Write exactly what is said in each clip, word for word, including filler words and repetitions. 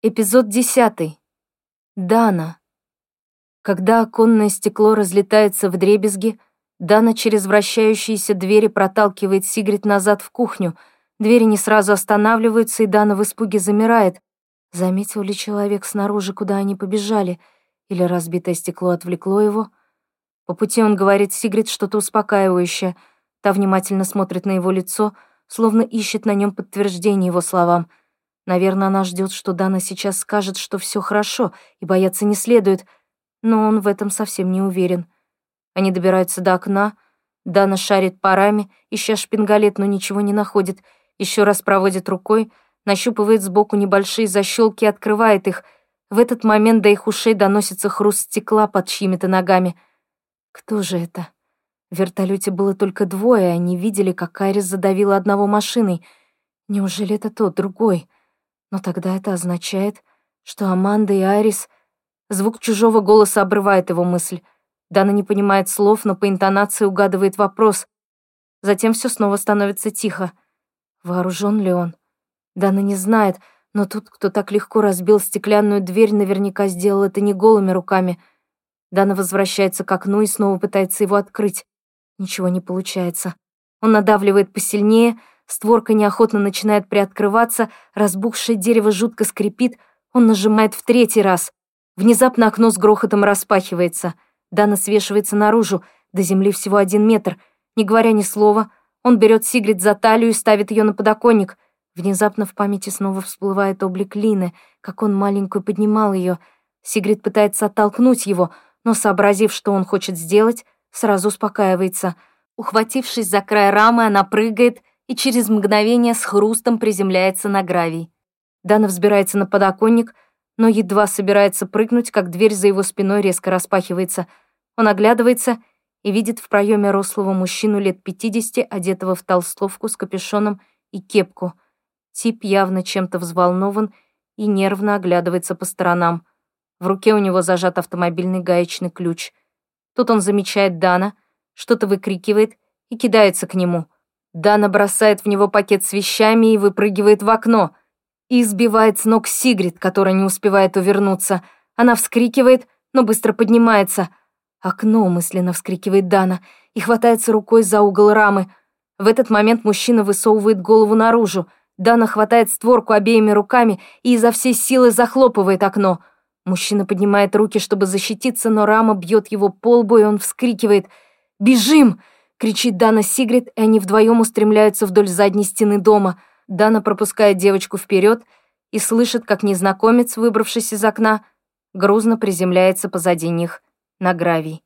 Эпизод десятый. Дана. Когда оконное стекло разлетается вдребезги, Дана через вращающиеся двери проталкивает Сигрид назад в кухню. Двери не сразу останавливаются, и Дана в испуге замирает. Заметил ли человек снаружи, куда они побежали? Или разбитое стекло отвлекло его? По пути он говорит Сигрид что-то успокаивающее. Та внимательно смотрит на его лицо, словно ищет на нем подтверждение его словам. Наверное, она ждет, что Дана сейчас скажет, что все хорошо, и бояться не следует, но он в этом совсем не уверен. Они добираются до окна, Дана шарит по раме, ища шпингалет, но ничего не находит, еще раз проводит рукой, нащупывает сбоку небольшие защелки и открывает их. В этот момент до их ушей доносится хруст стекла под чьими-то ногами. Кто же это? В вертолете было только двое, и они видели, как Айрис задавила одного машиной. Неужели это тот, другой? Но тогда это означает, что Аманда и Айрис... Звук чужого голоса обрывает его мысль. Дана не понимает слов, но по интонации угадывает вопрос. Затем все снова становится тихо. Вооружен ли он? Дана не знает, но тот, кто так легко разбил стеклянную дверь, наверняка сделал это не голыми руками. Дана возвращается к окну и снова пытается его открыть. Ничего не получается. Он надавливает посильнее, створка неохотно начинает приоткрываться, разбухшее дерево жутко скрипит, он нажимает в третий раз. Внезапно окно с грохотом распахивается. Дана свешивается наружу, до земли всего один метр. Не говоря ни слова, он берет Сигрид за талию и ставит ее на подоконник. Внезапно в памяти снова всплывает облик Лины, как он маленькую поднимал ее. Сигрид пытается оттолкнуть его, но, сообразив, что он хочет сделать, сразу успокаивается. Ухватившись за край рамы, она прыгает и через мгновение с хрустом приземляется на гравий. Дана взбирается на подоконник, но едва собирается прыгнуть, как дверь за его спиной резко распахивается. Он оглядывается и видит в проеме рослого мужчину лет пятидесяти, одетого в толстовку с капюшоном и кепку. Тип явно чем-то взволнован и нервно оглядывается по сторонам. В руке у него зажат автомобильный гаечный ключ. Тут он замечает Дана, что-то выкрикивает и кидается к нему. Дана бросает в него пакет с вещами и выпрыгивает в окно. И сбивает с ног Сигрид, которая не успевает увернуться. Она вскрикивает, но быстро поднимается. «Окно!» — мысленно вскрикивает Дана и хватается рукой за угол рамы. В этот момент мужчина высовывает голову наружу. Дана хватает створку обеими руками и изо всей силы захлопывает окно. Мужчина поднимает руки, чтобы защититься, но рама бьет его по лбу, и он вскрикивает. «Бежим!» — кричит Дана Сигрид, и они вдвоем устремляются вдоль задней стены дома. Дана пропускает девочку вперед и слышит, как незнакомец, выбравшись из окна, грузно приземляется позади них на гравий.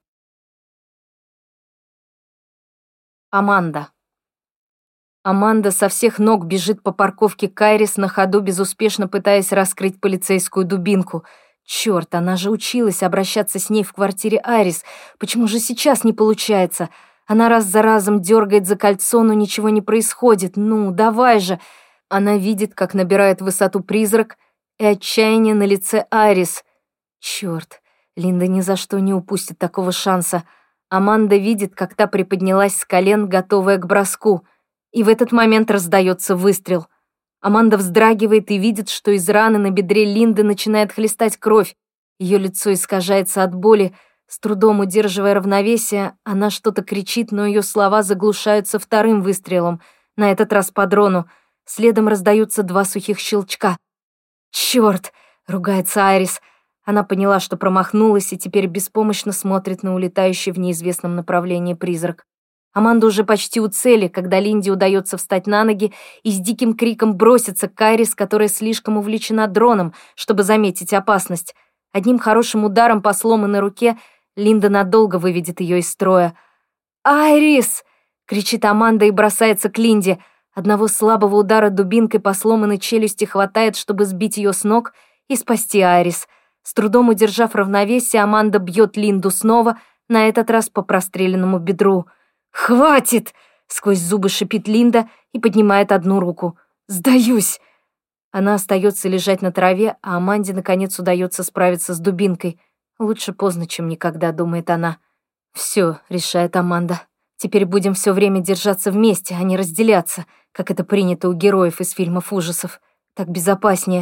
Аманда. Аманда со всех ног бежит по парковке к Айрис, на ходу безуспешно пытаясь раскрыть полицейскую дубинку. Чёрт, она же училась обращаться с ней в квартире Айрис. Почему же сейчас не получается? Она раз за разом дергает за кольцо, но ничего не происходит. Ну, давай же. Она видит, как набирает высоту призрак, и отчаяние на лице Айрис. Черт, Линда ни за что не упустит такого шанса. Аманда видит, как та приподнялась с колен, готовая к броску. И в этот момент раздается выстрел. Аманда вздрагивает и видит, что из раны на бедре Линды начинает хлестать кровь. Ее лицо искажается от боли. С трудом удерживая равновесие, она что-то кричит, но ее слова заглушаются вторым выстрелом, на этот раз по дрону. Следом раздаются два сухих щелчка. «Чёрт!» — ругается Айрис. Она поняла, что промахнулась, и теперь беспомощно смотрит на улетающий в неизвестном направлении призрак. Аманда уже почти у цели, когда Линде удается встать на ноги и с диким криком броситься к Айрис, которая слишком увлечена дроном, чтобы заметить опасность. Одним хорошим ударом по сломанной руке Линда надолго выведет ее из строя. «Айрис!» — кричит Аманда и бросается к Линде. Одного слабого удара дубинкой по сломанной челюсти хватает, чтобы сбить ее с ног и спасти Айрис. С трудом удержав равновесие, Аманда бьет Линду снова, на этот раз по простреленному бедру. «Хватит!» — сквозь зубы шипит Линда и поднимает одну руку. «Сдаюсь!» Она остается лежать на траве, а Аманде наконец удается справиться с дубинкой. Лучше поздно, чем никогда, думает она. «Все», — решает Аманда. «Теперь будем все время держаться вместе, а не разделяться, как это принято у героев из фильмов ужасов. Так безопаснее.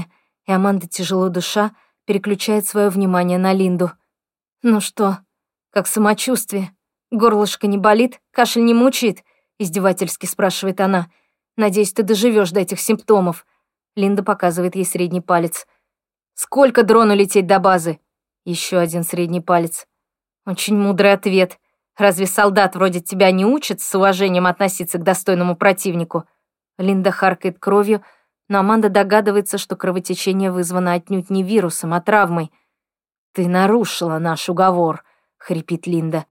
и Аманда, тяжело дыша, переключает свое внимание на Линду. «Ну что, как самочувствие? Горлышко не болит? Кашель не мучает?» — издевательски спрашивает она. «Надеюсь, ты доживешь до этих симптомов». Линда показывает ей средний палец. «Сколько дрону лететь до базы?» Еще один средний палец. «Очень мудрый ответ. Разве солдат вроде тебя не учат с уважением относиться к достойному противнику?» Линда харкает кровью, но Аманда догадывается, что кровотечение вызвано отнюдь не вирусом, а травмой. «Ты нарушила наш уговор», — хрипит Линда.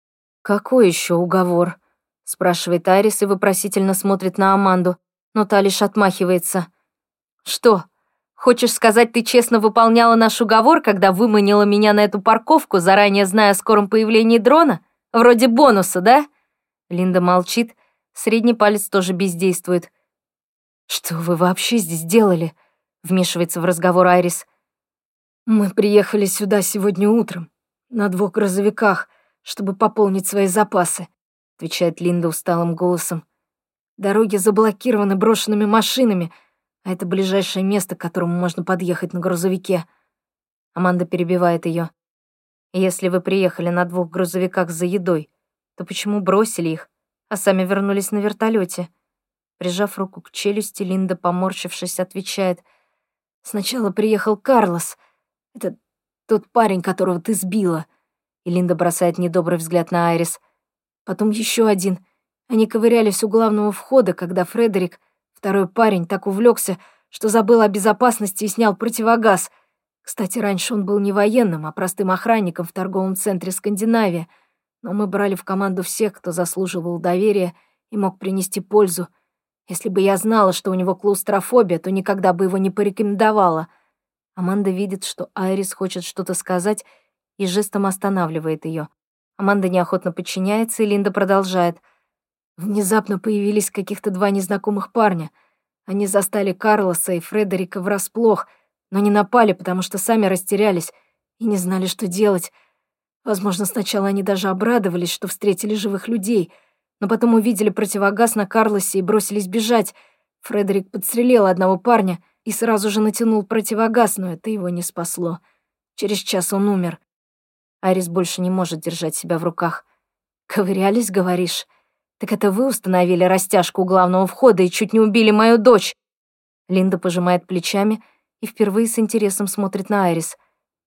«Какой еще уговор?» — спрашивает Айрис и вопросительно смотрит на Аманду, но та лишь отмахивается. «Что, хочешь сказать, ты честно выполняла наш уговор, когда выманила меня на эту парковку, заранее зная о скором появлении дрона? Вроде бонуса, да?» Линда молчит, средний палец тоже бездействует. «Что вы вообще здесь делали?» — вмешивается в разговор Айрис. «Мы приехали сюда сегодня утром, на двух грузовиках, чтобы пополнить свои запасы», — отвечает Линда усталым голосом. «Дороги заблокированы брошенными машинами, а это ближайшее место, к которому можно подъехать на грузовике». Аманда перебивает ее. «Если вы приехали на двух грузовиках за едой, то почему бросили их, а сами вернулись на вертолете?» Прижав руку к челюсти, Линда, поморщившись, отвечает. «Сначала приехал Карлос. Это тот парень, которого ты сбила». И Линда бросает недобрый взгляд на Айрис. «Потом еще один. Они ковырялись у главного входа, когда Фредерик, второй парень, так увлекся, что забыл о безопасности и снял противогаз. Кстати, раньше он был не военным, а простым охранником в торговом центре «Скандинавия». Но мы брали в команду всех, кто заслуживал доверия и мог принести пользу. Если бы я знала, что у него клаустрофобия, то никогда бы его не порекомендовала». Аманда видит, что Айрис хочет что-то сказать, и жестом останавливает ее. Аманда неохотно подчиняется, и Линда продолжает. «Внезапно появились каких-то два незнакомых парня. Они застали Карлоса и Фредерика врасплох, но не напали, потому что сами растерялись и не знали, что делать. Возможно, сначала они даже обрадовались, что встретили живых людей, но потом увидели противогаз на Карлосе и бросились бежать. Фредерик подстрелил одного парня и сразу же натянул противогаз, но это его не спасло. Через час он умер». Айрис больше не может держать себя в руках. «Ковырялись, говоришь? Так это вы установили растяжку у главного входа и чуть не убили мою дочь?» Линда пожимает плечами и впервые с интересом смотрит на Айрис.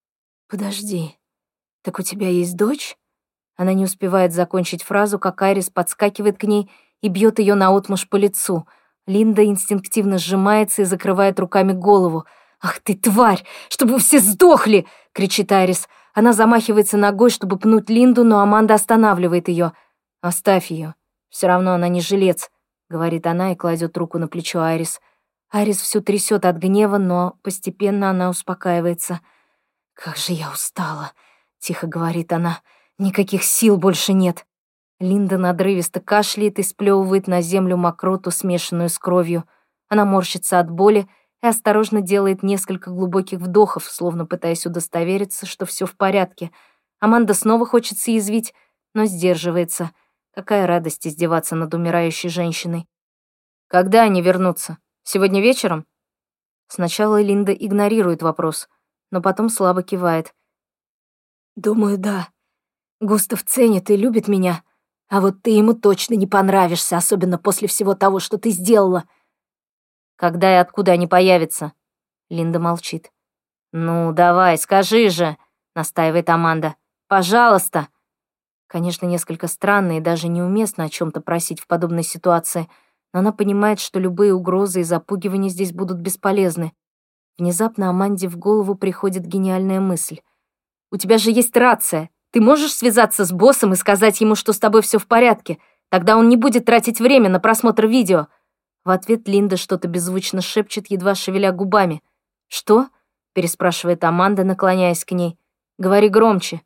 «Подожди, так у тебя есть дочь?» Она не успевает закончить фразу, как Айрис подскакивает к ней и бьет ее наотмашь по лицу. Линда инстинктивно сжимается и закрывает руками голову. «Ах ты, тварь! Чтобы вы все сдохли!» — кричит Айрис. Она замахивается ногой, чтобы пнуть Линду, но Аманда останавливает ее. «Оставь ее. Все равно она не жилец», — говорит она и кладет руку на плечо Айрис. Айрис всю трясет от гнева, но постепенно она успокаивается. «Как же я устала», — тихо говорит она. «Никаких сил больше нет». Линда надрывисто кашляет и сплевывает на землю мокроту, смешанную с кровью. Она морщится от боли и осторожно делает несколько глубоких вдохов, словно пытаясь удостовериться, что все в порядке. Аманда снова хочет съязвить, но сдерживается. Какая радость издеваться над умирающей женщиной. «Когда они вернутся? Сегодня вечером?» Сначала Линда игнорирует вопрос, но потом слабо кивает. «Думаю, да. Густав ценит и любит меня, а вот ты ему точно не понравишься, особенно после всего того, что ты сделала». «Когда и откуда они появятся?» Линда молчит. «Ну, давай, скажи же», — настаивает Аманда. «Пожалуйста». Конечно, несколько странно и даже неуместно о чем-то просить в подобной ситуации, но она понимает, что любые угрозы и запугивания здесь будут бесполезны. Внезапно Аманде в голову приходит гениальная мысль. «У тебя же есть рация. Ты можешь связаться с боссом и сказать ему, что с тобой все в порядке? Тогда он не будет тратить время на просмотр видео». В ответ Линда что-то беззвучно шепчет, едва шевеля губами. «Что?» — переспрашивает Аманда, наклоняясь к ней. «Говори громче».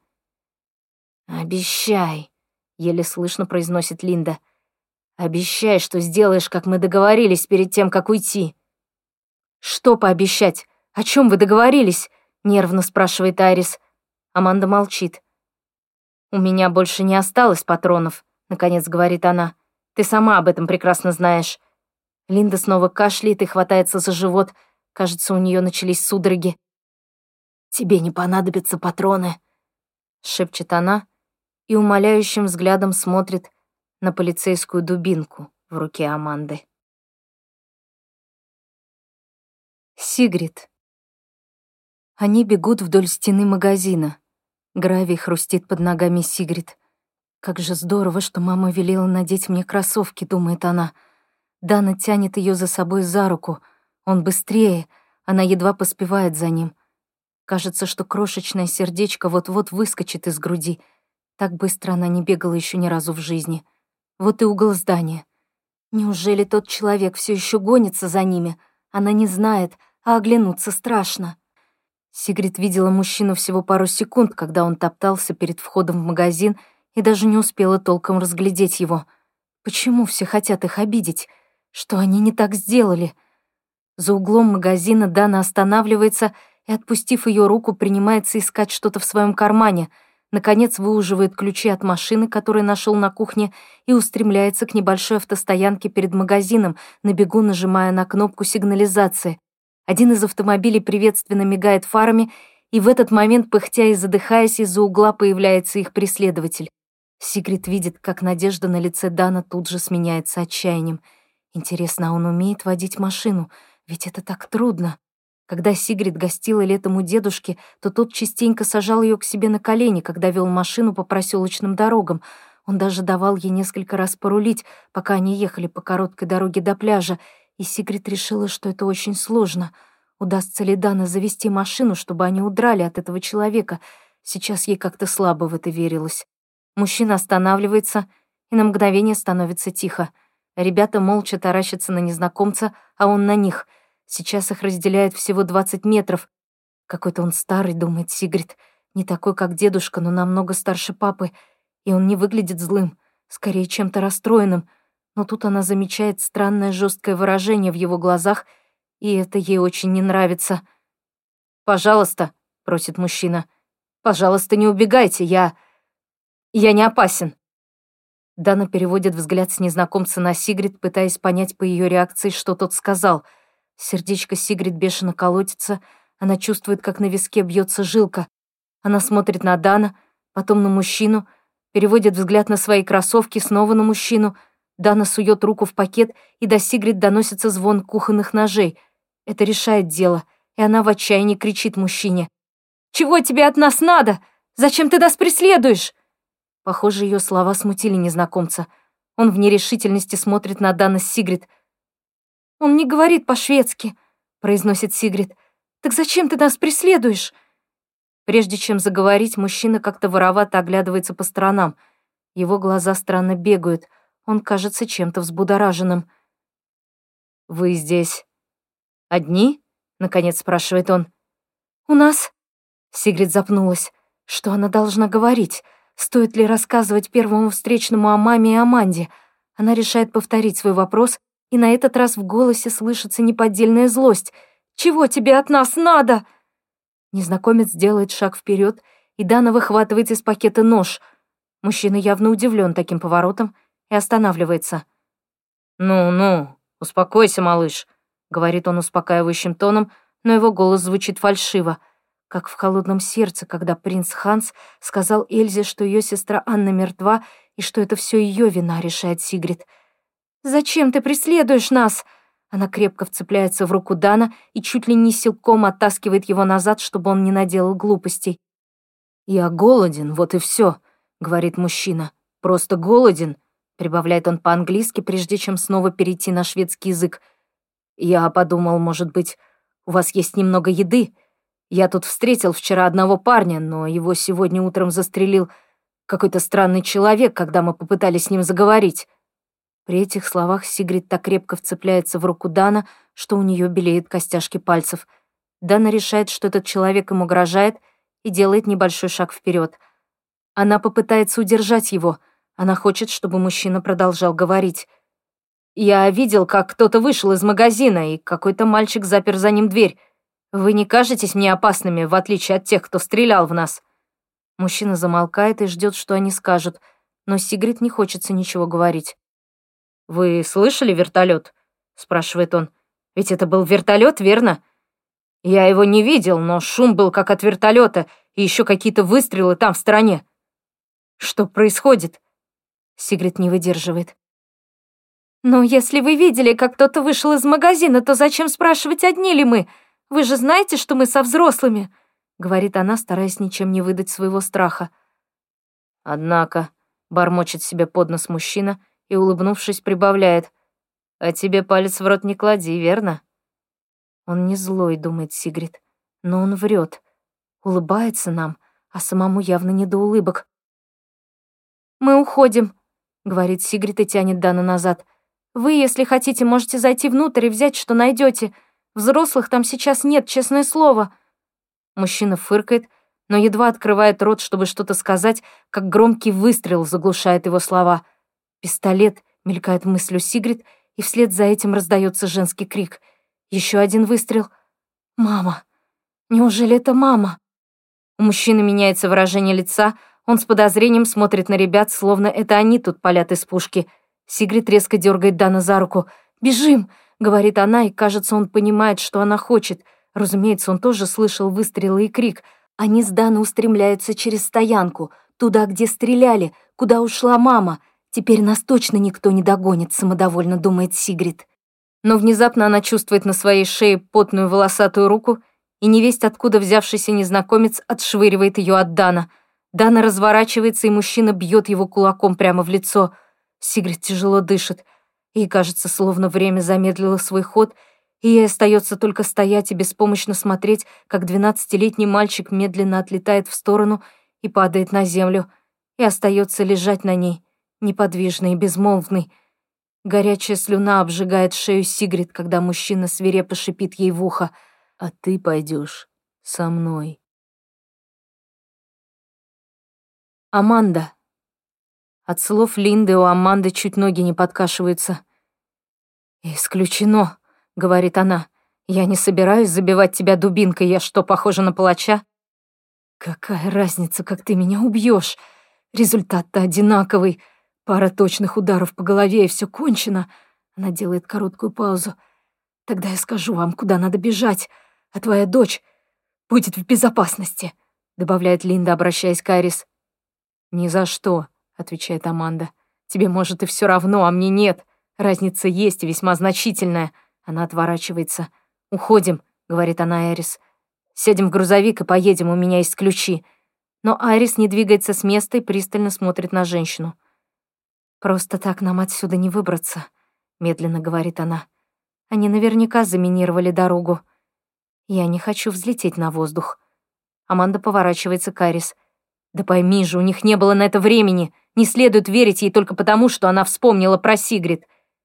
«Обещай», — еле слышно произносит Линда. «Обещай, что сделаешь, как мы договорились перед тем, как уйти». «Что пообещать? О чем вы договорились?» — нервно спрашивает Айрис. Аманда молчит. «У меня больше не осталось патронов», — наконец говорит она. «Ты сама об этом прекрасно знаешь». Линда снова кашляет и хватается за живот. Кажется, у нее начались судороги. «Тебе не понадобятся патроны», — шепчет она и умоляющим взглядом смотрит на полицейскую дубинку в руке Аманды. Сигрид. Они бегут вдоль стены магазина. Гравий хрустит под ногами Сигрид. «Как же здорово, что мама велела надеть мне кроссовки», — думает она. Дана тянет ее за собой за руку. Он быстрее, она едва поспевает за ним. Кажется, что крошечное сердечко вот-вот выскочит из груди. Так быстро она не бегала еще ни разу в жизни. Вот и угол здания. Неужели тот человек все еще гонится за ними? Она не знает, а оглянуться страшно. Сигрид видела мужчину всего пару секунд, когда он топтался перед входом в магазин, и даже не успела толком разглядеть его. Почему все хотят их обидеть? Что они не так сделали? За углом магазина Дана останавливается и, отпустив ее руку, принимается искать что-то в своем кармане. Наконец выуживает ключи от машины, которую нашел на кухне, и устремляется к небольшой автостоянке перед магазином, на бегу нажимая на кнопку сигнализации. Один из автомобилей приветственно мигает фарами, и в этот момент, пыхтя и задыхаясь, из-за угла появляется их преследователь. Сигрид видит, как надежда на лице Дана тут же сменяется отчаянием. Интересно, а он умеет водить машину? Ведь это так трудно. Когда Сигрид гостила летом у дедушки, то тот частенько сажал ее к себе на колени, когда вел машину по проселочным дорогам. Он даже давал ей несколько раз порулить, пока они ехали по короткой дороге до пляжа, и Сигрид решила, что это очень сложно. Удастся ли Дана завести машину, чтобы они удрали от этого человека? Сейчас ей как-то слабо в это верилось. Мужчина останавливается, и на мгновение становится тихо. Ребята молча таращатся на незнакомца, а он на них. Сейчас их разделяет всего двадцать метров. Какой-то он старый, думает Сигрид. Не такой, как дедушка, но намного старше папы. И он не выглядит злым, скорее чем-то расстроенным. Но тут она замечает странное жесткое выражение в его глазах, и это ей очень не нравится. «Пожалуйста», — просит мужчина, — «пожалуйста, не убегайте, я... я не опасен». Дана переводит взгляд с незнакомца на Сигрид, пытаясь понять по ее реакции, что тот сказал. Сердечко Сигрид бешено колотится, она чувствует, как на виске бьется жилка. Она смотрит на Дана, потом на мужчину, переводит взгляд на свои кроссовки, снова на мужчину. Дана сует руку в пакет, и до Сигрид доносится звон кухонных ножей. Это решает дело, и она в отчаянии кричит мужчине. «Чего тебе от нас надо? Зачем ты нас преследуешь?» Похоже, ее слова смутили незнакомца. Он в нерешительности смотрит на Дана с Сигрид. «Он не говорит по-шведски», — произносит Сигрид. «Так зачем ты нас преследуешь?» Прежде чем заговорить, мужчина как-то воровато оглядывается по сторонам. Его глаза странно бегают. Он кажется чем-то взбудораженным. «Вы здесь одни?» — наконец спрашивает он. «У нас...» — Сигрид запнулась. Что она должна говорить? Стоит ли рассказывать первому встречному о маме и Аманде? Она решает повторить свой вопрос, и на этот раз в голосе слышится неподдельная злость. «Чего тебе от нас надо?» Незнакомец делает шаг вперед, и Дана выхватывает из пакета нож. Мужчина явно удивлен таким поворотом и останавливается. «Ну-ну, успокойся, малыш», — говорит он успокаивающим тоном, но его голос звучит фальшиво, как в «Холодном сердце», когда принц Ханс сказал Эльзе, что ее сестра Анна мертва и что это все ее вина, решает Сигрид. «Зачем ты преследуешь нас?» Она крепко вцепляется в руку Дана и чуть ли не силком оттаскивает его назад, чтобы он не наделал глупостей. «Я голоден, вот и все», — говорит мужчина. «Просто голоден», — прибавляет он по-английски, прежде чем снова перейти на шведский язык. «Я подумал, может быть, у вас есть немного еды? Я тут встретил вчера одного парня, но его сегодня утром застрелил какой-то странный человек, когда мы попытались с ним заговорить». При этих словах Сигрид так крепко вцепляется в руку Дана, что у нее белеют костяшки пальцев. Дана решает, что этот человек им угрожает, и делает небольшой шаг вперед. Она попытается удержать его. Она хочет, чтобы мужчина продолжал говорить. «Я видел, как кто-то вышел из магазина, и какой-то мальчик запер за ним дверь. Вы не кажетесь мне опасными, в отличие от тех, кто стрелял в нас?» Мужчина замолкает и ждет, что они скажут, но Сигрид не хочется ничего говорить. «Вы слышали вертолет?» — спрашивает он. «Ведь это был вертолет, верно? «Я его не видел, но шум был как от вертолета и еще какие-то выстрелы там в стороне». «Что происходит?» Сигрид не выдерживает. «Но если вы видели, как кто-то вышел из магазина, то зачем спрашивать, одни ли мы? Вы же знаете, что мы со взрослыми», — говорит она, стараясь ничем не выдать своего страха. «Однако», — бормочет себе под нос мужчина и, улыбнувшись, прибавляет, «а тебе палец в рот не клади, верно?» Он не злой, думает Сигрид, но он врет, улыбается нам, а самому явно не до улыбок. «Мы уходим», — говорит Сигрид и тянет Дану назад. «Вы, если хотите, можете зайти внутрь и взять, что найдете. Взрослых там сейчас нет, честное слово». Мужчина фыркает, но едва открывает рот, чтобы что-то сказать, как громкий выстрел заглушает его слова. «Пистолет», — мелькает мыслью Сигрид, и вслед за этим раздается женский крик. Еще один выстрел. «Мама! Неужели это мама?» У мужчины меняется выражение лица, он с подозрением смотрит на ребят, словно это они тут палят из пушки. Сигрид резко дергает Дана за руку. «Бежим!» — говорит она, и, кажется, он понимает, что она хочет. Разумеется, он тоже слышал выстрелы и крик. Они с Даной устремляются через стоянку, туда, где стреляли, куда ушла мама. Теперь нас точно никто не догонит, самодовольно думает Сигрид. Но внезапно она чувствует на своей шее потную волосатую руку, и невесть откуда взявшийся незнакомец отшвыривает ее от Дана. Дана разворачивается, и мужчина бьет его кулаком прямо в лицо. Сигрид тяжело дышит. Ей кажется, словно время замедлило свой ход, и ей остается только стоять и беспомощно смотреть, как двенадцатилетний мальчик медленно отлетает в сторону и падает на землю, и остается лежать на ней, неподвижный и безмолвный. Горячая слюна обжигает шею Сигрид, когда мужчина свирепо шипит ей в ухо: «А ты пойдешь со мной». Аманда. От слов Линды у Аманды чуть ноги не подкашиваются. «Исключено», — говорит она. «Я не собираюсь забивать тебя дубинкой, я что, похожа на палача?» «Какая разница, как ты меня убьешь? Результат-то одинаковый. Пара точных ударов по голове, и все кончено». Она делает короткую паузу. «Тогда я скажу вам, куда надо бежать, а твоя дочь будет в безопасности», — добавляет Линда, обращаясь к Айрис. «Ни за что», — отвечает Аманда. «Тебе, может, и все равно, а мне нет. Разница есть, весьма значительная». Она отворачивается. «Уходим», — говорит она Айрис. «Сядем в грузовик и поедем, у меня есть ключи». Но Айрис не двигается с места и пристально смотрит на женщину. «Просто так нам отсюда не выбраться», — медленно говорит она. «Они наверняка заминировали дорогу. Я не хочу взлететь на воздух». Аманда поворачивается к Айрис. «Да пойми же, у них не было на это времени. Не следует верить ей только потому, что она вспомнила про Сигрид».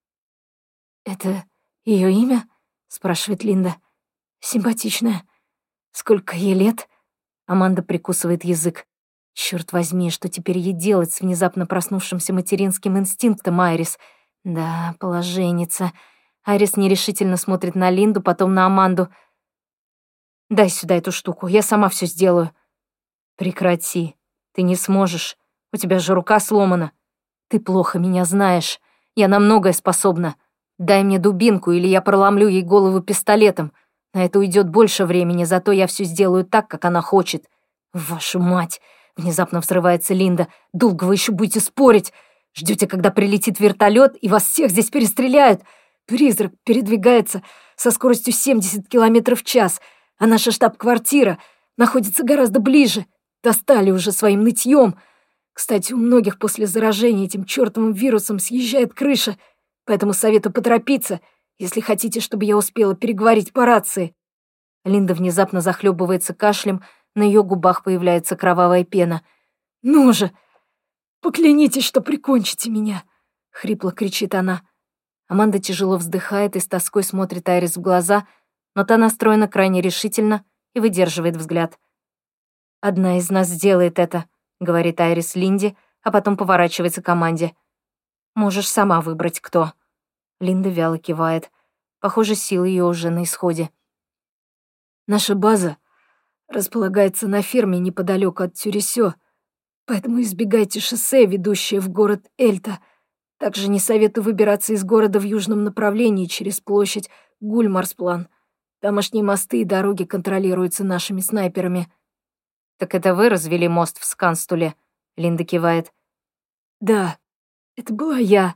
«Это ее имя?» — спрашивает Линда. «Симпатичная. Сколько ей лет?» Аманда прикусывает язык. Черт возьми, что теперь ей делать с внезапно проснувшимся материнским инстинктом Айрис? Да, положенница. Айрис нерешительно смотрит на Линду, потом на Аманду. «Дай сюда эту штуку, я сама все сделаю». «Прекрати. Ты не сможешь. У тебя же рука сломана. Ты плохо меня знаешь. Я на многое способна. Дай мне дубинку, или я проломлю ей голову пистолетом. На это уйдет больше времени, зато я все сделаю так, как она хочет». «Вашу мать!» — внезапно взрывается Линда. «Долго вы еще будете спорить? Ждете, когда прилетит вертолет, и вас всех здесь перестреляют? Призрак передвигается со скоростью семьдесят километров в час, а наша штаб-квартира находится гораздо ближе. Достали уже своим нытьем. Кстати, у многих после заражения этим чертовым вирусом съезжает крыша, поэтому советую поторопиться, если хотите, чтобы я успела переговорить по рации». Линда внезапно захлебывается кашлем, на ее губах появляется кровавая пена. «Ну же, поклянитесь, что прикончите меня!» — хрипло кричит она. Аманда тяжело вздыхает и с тоской смотрит Айрис в глаза, но та настроена крайне решительно и выдерживает взгляд. «Одна из нас сделает это», — говорит Айрис Линде, а потом поворачивается к Аманде. «Можешь сама выбрать, кто». Линда вяло кивает. Похоже, силы ее уже на исходе. «Наша база располагается на ферме неподалеку от Тюресё, поэтому избегайте шоссе, ведущее в город Эльта. Также не советую выбираться из города в южном направлении через площадь Гульмарсплан. Тамошние мосты и дороги контролируются нашими снайперами». «Так это вы развели мост в Сканстуле?» Линда кивает. «Да, это была я.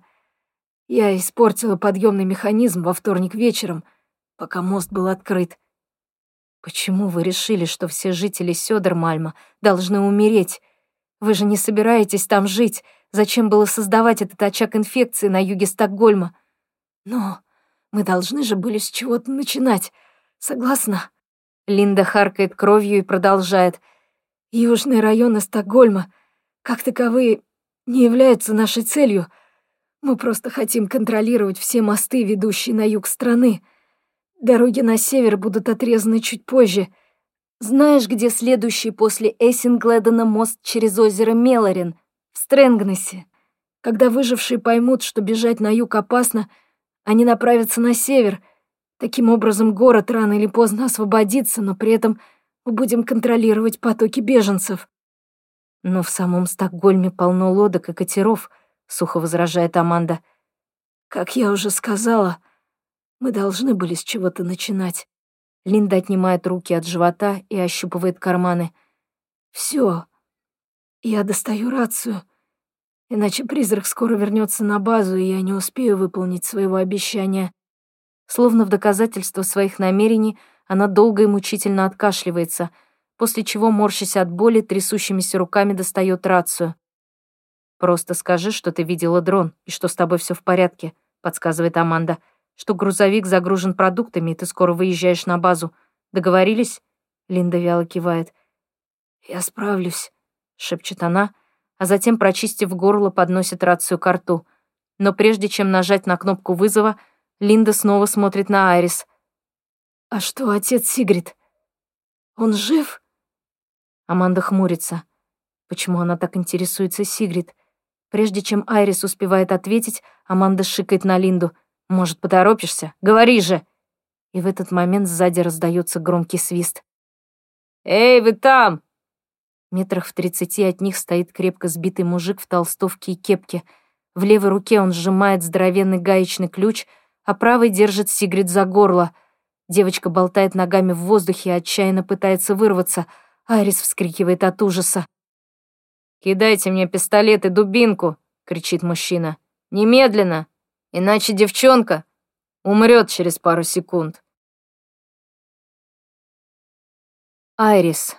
Я испортила подъемный механизм во вторник вечером, пока мост был открыт». «Почему вы решили, что все жители Сёдермальма должны умереть? Вы же не собираетесь там жить. Зачем было создавать этот очаг инфекции на юге Стокгольма?» «Но мы должны же были с чего-то начинать. Согласна?» Линда харкает кровью и продолжает. «Южные районы Стокгольма, как таковые, не являются нашей целью. Мы просто хотим контролировать все мосты, ведущие на юг страны. Дороги на север будут отрезаны чуть позже. Знаешь, где следующий после Эссингледена мост через озеро Мелорин? В Стрэнгнессе. Когда выжившие поймут, что бежать на юг опасно, они направятся на север. Таким образом, город рано или поздно освободится, но при этом мы будем контролировать потоки беженцев». «Но в самом Стокгольме полно лодок и катеров», — сухо возражает Аманда. «Как я уже сказала, мы должны были с чего-то начинать». Линда отнимает руки от живота и ощупывает карманы. «Всё. Я достаю рацию, иначе призрак скоро вернется на базу, и я не успею выполнить своего обещания». Словно в доказательство своих намерений, она долго и мучительно откашливается, после чего, морщась от боли, трясущимися руками достает рацию. «Просто скажи, что ты видела дрон, и что с тобой все в порядке», — подсказывает Аманда, «что грузовик загружен продуктами, и ты скоро выезжаешь на базу. Договорились?» Линда вяло кивает. «Я справлюсь», — шепчет она, а затем, прочистив горло, подносит рацию к рту. Но прежде чем нажать на кнопку вызова, Линда снова смотрит на Айрис. «А что отец Сигрид? Он жив?» Аманда хмурится. Почему она так интересуется Сигрид? Прежде чем Айрис успевает ответить, Аманда шикает на Линду. «Может, поторопишься? Говори же!» И в этот момент сзади раздается громкий свист. «Эй, вы там!» Метрах в тридцати от них стоит крепко сбитый мужик в толстовке и кепке. В левой руке он сжимает здоровенный гаечный ключ, а правой держит Сигрид за горло. Девочка болтает ногами в воздухе и отчаянно пытается вырваться. Айрис вскрикивает от ужаса. «Кидайте мне пистолет и дубинку!» — кричит мужчина. «Немедленно! Иначе девчонка умрет через пару секунд». Айрис.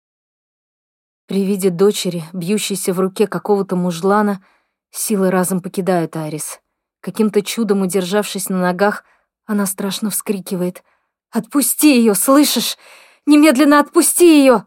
При виде дочери, бьющейся в руке какого-то мужлана, силы разом покидают Айрис. Каким-то чудом удержавшись на ногах, она страшно вскрикивает. «Отпусти ее, слышишь? Немедленно отпусти ее!»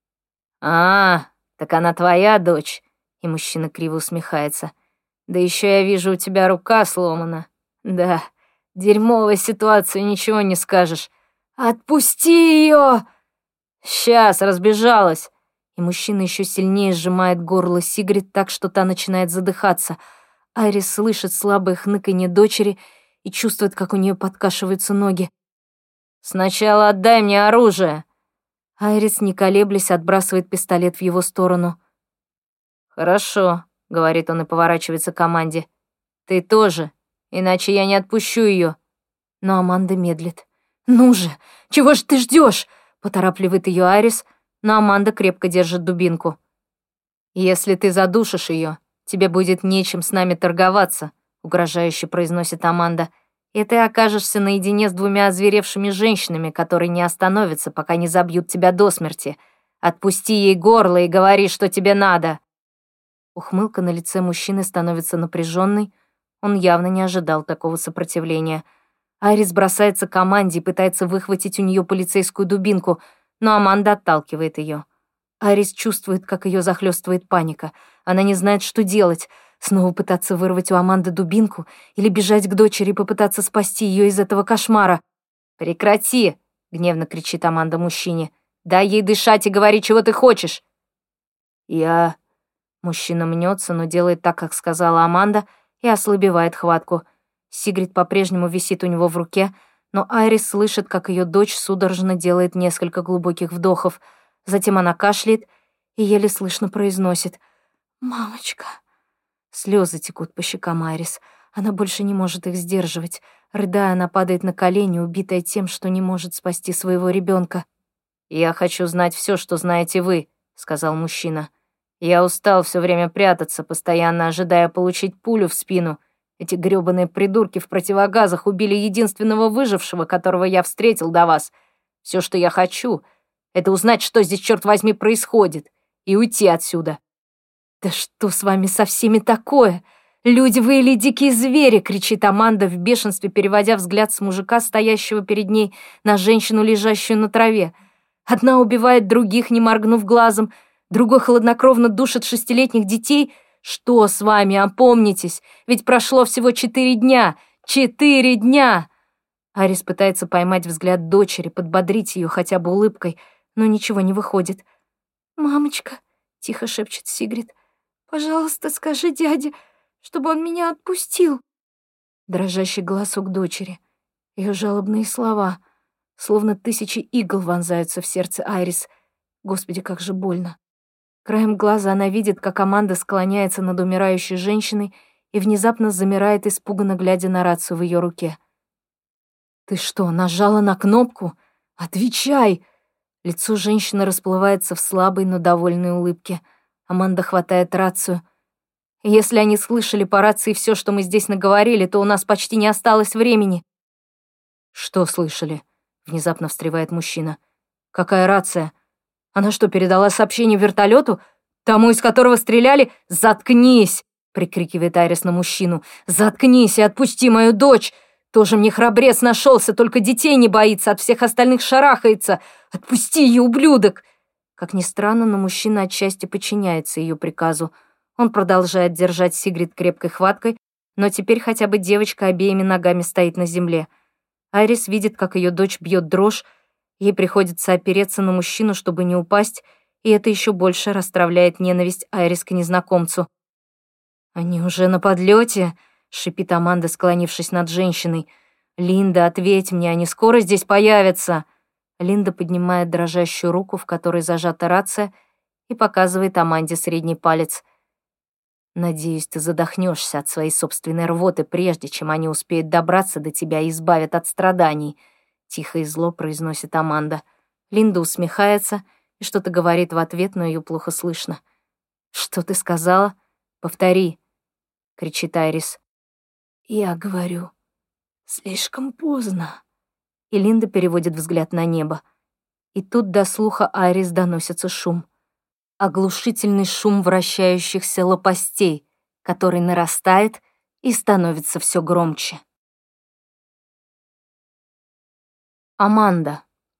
«А, так она твоя дочь?» И мужчина криво усмехается. «Да еще я вижу, у тебя рука сломана. Да, дерьмовая ситуация, ничего не скажешь. Отпусти ее!» «Сейчас, разбежалась!» И мужчина еще сильнее сжимает горло Сигрид так, что та начинает задыхаться. Айрис слышит слабое хныканье дочери и чувствует, как у нее подкашиваются ноги. «Сначала отдай мне оружие!» Айрис, не колеблясь, отбрасывает пистолет в его сторону. «Хорошо», — говорит он и поворачивается к Аманде. «Ты тоже, иначе я не отпущу ее». Но Аманда медлит. «Ну же, чего же ты ждешь? Поторапливает ее Айрис, но Аманда крепко держит дубинку. «Если ты задушишь ее, тебе будет нечем с нами торговаться», — угрожающе произносит Аманда. «И ты окажешься наедине с двумя озверевшими женщинами, которые не остановятся, пока не забьют тебя до смерти. Отпусти ей горло и говори, что тебе надо». Ухмылка на лице мужчины становится напряженной. Он явно не ожидал такого сопротивления. Айрис бросается к Аманде и пытается выхватить у нее полицейскую дубинку, но Аманда отталкивает ее. Айрис чувствует, как ее захлестывает паника. Она не знает, что делать. Снова пытаться вырвать у Аманды дубинку или бежать к дочери и попытаться спасти ее из этого кошмара. «Прекрати!» — гневно кричит Аманда мужчине. «Дай ей дышать и говори, чего ты хочешь!» «Я...» Мужчина мнется, но делает так, как сказала Аманда, и ослабевает хватку. Сигрид по-прежнему висит у него в руке, но Айрис слышит, как ее дочь судорожно делает несколько глубоких вдохов. Затем она кашляет и еле слышно произносит: «Мамочка». Слезы текут по щекам Айрис. Она больше не может их сдерживать. Рыдая, она падает на колени, убитая тем, что не может спасти своего ребенка. «Я хочу знать все, что знаете вы», — сказал мужчина. «Я устал все время прятаться, постоянно ожидая получить пулю в спину. Эти грёбаные придурки в противогазах убили единственного выжившего, которого я встретил до вас. Все, что я хочу, это узнать, что здесь, черт возьми, происходит, и уйти отсюда». «Да что с вами со всеми такое? Люди вы или дикие звери!» — кричит Аманда в бешенстве, переводя взгляд с мужика, стоящего перед ней, на женщину, лежащую на траве. Одна убивает других, не моргнув глазом, другой хладнокровно душит шестилетних детей. Что с вами, опомнитесь? Ведь прошло всего четыре дня! Четыре дня! Арис пытается поймать взгляд дочери, подбодрить ее хотя бы улыбкой, но ничего не выходит. «Мамочка», — тихо шепчет Сигрид, — «пожалуйста, скажи дяде, чтобы он меня отпустил». Дрожащий голосок дочери, ее жалобные слова, словно тысячи игл вонзаются в сердце Айрис. Господи, как же больно. Краем глаза она видит, как Аманда склоняется над умирающей женщиной и внезапно замирает, испуганно глядя на рацию в ее руке. «Ты что, нажала на кнопку? Отвечай!» Лицо женщины расплывается в слабой, но довольной улыбке. Аманда хватает рацию. «Если они слышали по рации все, что мы здесь наговорили, то у нас почти не осталось времени». «Что слышали?» — внезапно встревает мужчина. «Какая рация? Она что, передала сообщение вертолету, тому, из которого стреляли? Заткнись!» — прикрикивает Айрис на мужчину. «Заткнись и отпусти мою дочь! Тоже мне храбрец нашелся, только детей не боится, от всех остальных шарахается. Отпусти ее, ублюдок!» Как ни странно, но мужчина отчасти подчиняется ее приказу. Он продолжает держать Сигрид крепкой хваткой, но теперь хотя бы девочка обеими ногами стоит на земле. Айрис видит, как ее дочь бьет дрожь, ей приходится опереться на мужчину, чтобы не упасть, и это еще больше расстраивает ненависть Айрис к незнакомцу. «Они уже на подлете», — шипит Аманда, склонившись над женщиной. «Линда, ответь мне, они скоро здесь появятся?» Линда поднимает дрожащую руку, в которой зажата рация, и показывает Аманде средний палец. «Надеюсь, ты задохнешься от своей собственной рвоты, прежде чем они успеют добраться до тебя и избавят от страданий», — тихо и зло произносит Аманда. Линда усмехается и что-то говорит в ответ, но ее плохо слышно. «Что ты сказала? Повтори», — кричит Айрис. «Я говорю, слишком поздно». И Линда переводит взгляд на небо. И тут до слуха Айрис доносится шум. Оглушительный шум вращающихся лопастей, который нарастает и становится все громче. Аманда.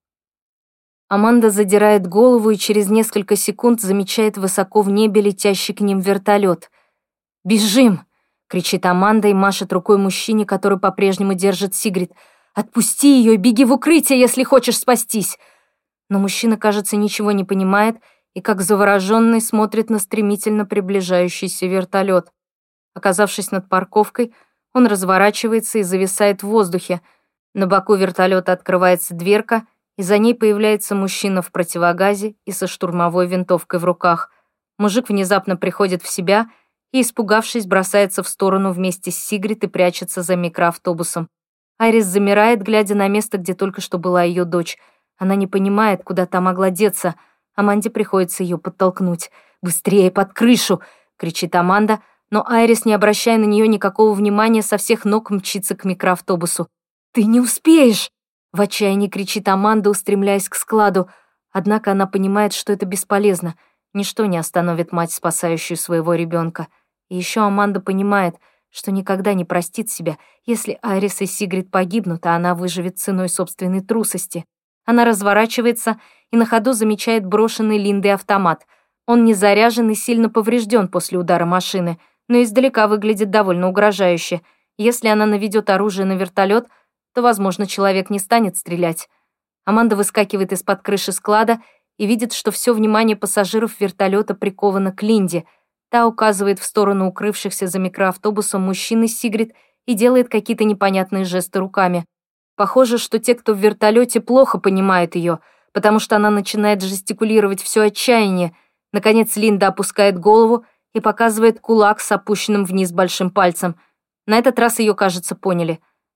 Аманда задирает голову и через несколько секунд замечает высоко в небе летящий к ним вертолет. «Бежим!» — кричит Аманда и машет рукой мужчине, который по-прежнему держит Сигрид. «Отпусти ее и беги в укрытие, если хочешь спастись!» Но мужчина, кажется, ничего не понимает и, как завороженный, смотрит на стремительно приближающийся вертолет. Оказавшись над парковкой, он разворачивается и зависает в воздухе. На боку вертолета открывается дверка, и за ней появляется мужчина в противогазе и со штурмовой винтовкой в руках. Мужик внезапно приходит в себя и, испугавшись, бросается в сторону вместе с Сигрид и прячется за микроавтобусом. Айрис замирает, глядя на место, где только что была ее дочь. Она не понимает, куда та могла деться. Аманде приходится ее подтолкнуть. «Быстрее, под крышу!» — кричит Аманда, но Айрис, не обращая на нее никакого внимания, со всех ног мчится к микроавтобусу. «Ты не успеешь!» — в отчаянии кричит Аманда, устремляясь к складу. Однако она понимает, что это бесполезно. Ничто не остановит мать, спасающую своего ребенка. И еще Аманда понимает, что никогда не простит себя, если Айрис и Сигрид погибнут, а она выживет ценой собственной трусости. Она разворачивается и на ходу замечает брошенный Линдой автомат. Он не заряжен и сильно поврежден после удара машины, но издалека выглядит довольно угрожающе. Если она наведет оружие на вертолет, то, возможно, человек не станет стрелять. Аманда выскакивает из-под крыши склада и видит, что все внимание пассажиров вертолета приковано к Линде. Та указывает в сторону укрывшихся за микроавтобусом мужчины Сигрид и делает какие-то непонятные жесты руками. Похоже, что те, кто в вертолете, плохо понимают ее, потому что она начинает жестикулировать все отчаяние. Наконец Линда опускает голову и показывает кулак с опущенным вниз большим пальцем. На этот раз ее, кажется, поняли.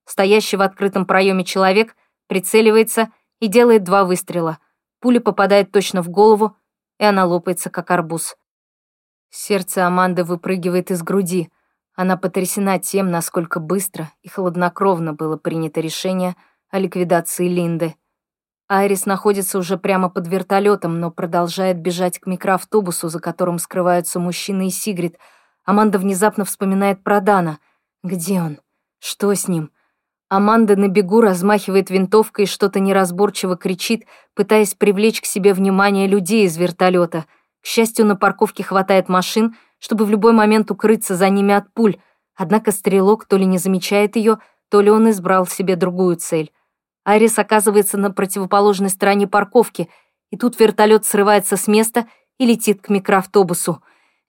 Стоящий в открытом проеме человек прицеливается и делает два выстрела. Пуля попадает точно в голову, и она лопается, как арбуз. Сердце Аманды выпрыгивает из груди. Она потрясена тем, насколько быстро и хладнокровно было принято решение о ликвидации Линды. Айрис находится уже прямо под вертолетом, но продолжает бежать к микроавтобусу, за которым скрываются мужчина и Сигрид. Аманда внезапно вспоминает про Дана. Где он? Что с ним? Аманда на бегу размахивает винтовкой и что-то неразборчиво кричит, пытаясь привлечь к себе внимание людей из вертолета. К счастью, на парковке хватает машин, чтобы в любой момент укрыться за ними от пуль. Однако стрелок то ли не замечает ее, то ли он избрал себе другую цель. Айрис оказывается на противоположной стороне парковки, и тут вертолет срывается с места и летит к микроавтобусу.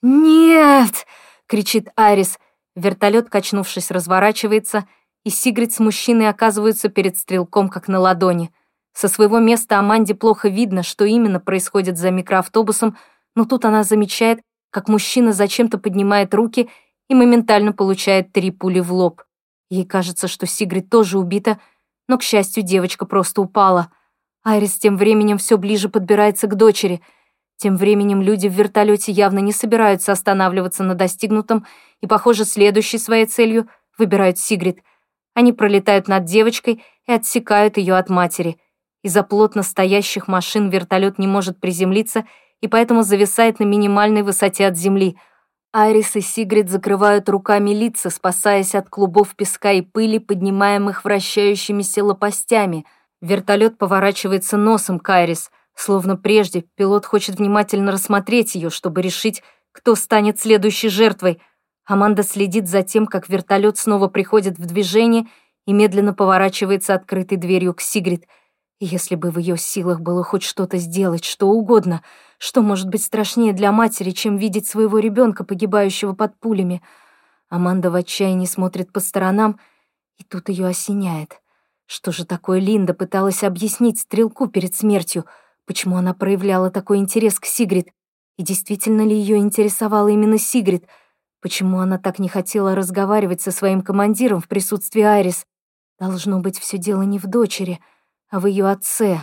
«Нет!» — кричит Айрис. Вертолет, качнувшись, разворачивается, и Сигрид с мужчиной оказываются перед стрелком, как на ладони. Со своего места Аманде плохо видно, что именно происходит за микроавтобусом, но тут она замечает, как мужчина зачем-то поднимает руки и моментально получает три пули в лоб. Ей кажется, что Сигрид тоже убита, но, к счастью, девочка просто упала. Айрис тем временем все ближе подбирается к дочери. Тем временем люди в вертолете явно не собираются останавливаться на достигнутом и, похоже, следующей своей целью выбирают Сигрид. Они пролетают над девочкой и отсекают ее от матери. Из-за плотно стоящих машин вертолет не может приземлиться и поэтому зависает на минимальной высоте от земли. Айрис и Сигрид закрывают руками лица, спасаясь от клубов песка и пыли, поднимаемых вращающимися лопастями. Вертолет поворачивается носом к Айрис. Словно прежде, пилот хочет внимательно рассмотреть ее, чтобы решить, кто станет следующей жертвой. Аманда следит за тем, как вертолет снова приходит в движение и медленно поворачивается открытой дверью к Сигрид. И если бы в ее силах было хоть что-то сделать, что угодно, что может быть страшнее для матери, чем видеть своего ребенка, погибающего под пулями? Аманда в отчаянии смотрит по сторонам, и тут ее осеняет. Что же такое Линда пыталась объяснить стрелку перед смертью? Почему она проявляла такой интерес к Сигрид? И действительно ли ее интересовала именно Сигрид? Почему она так не хотела разговаривать со своим командиром в присутствии Айрис? Должно быть, все дело не в дочери, а в ее отце.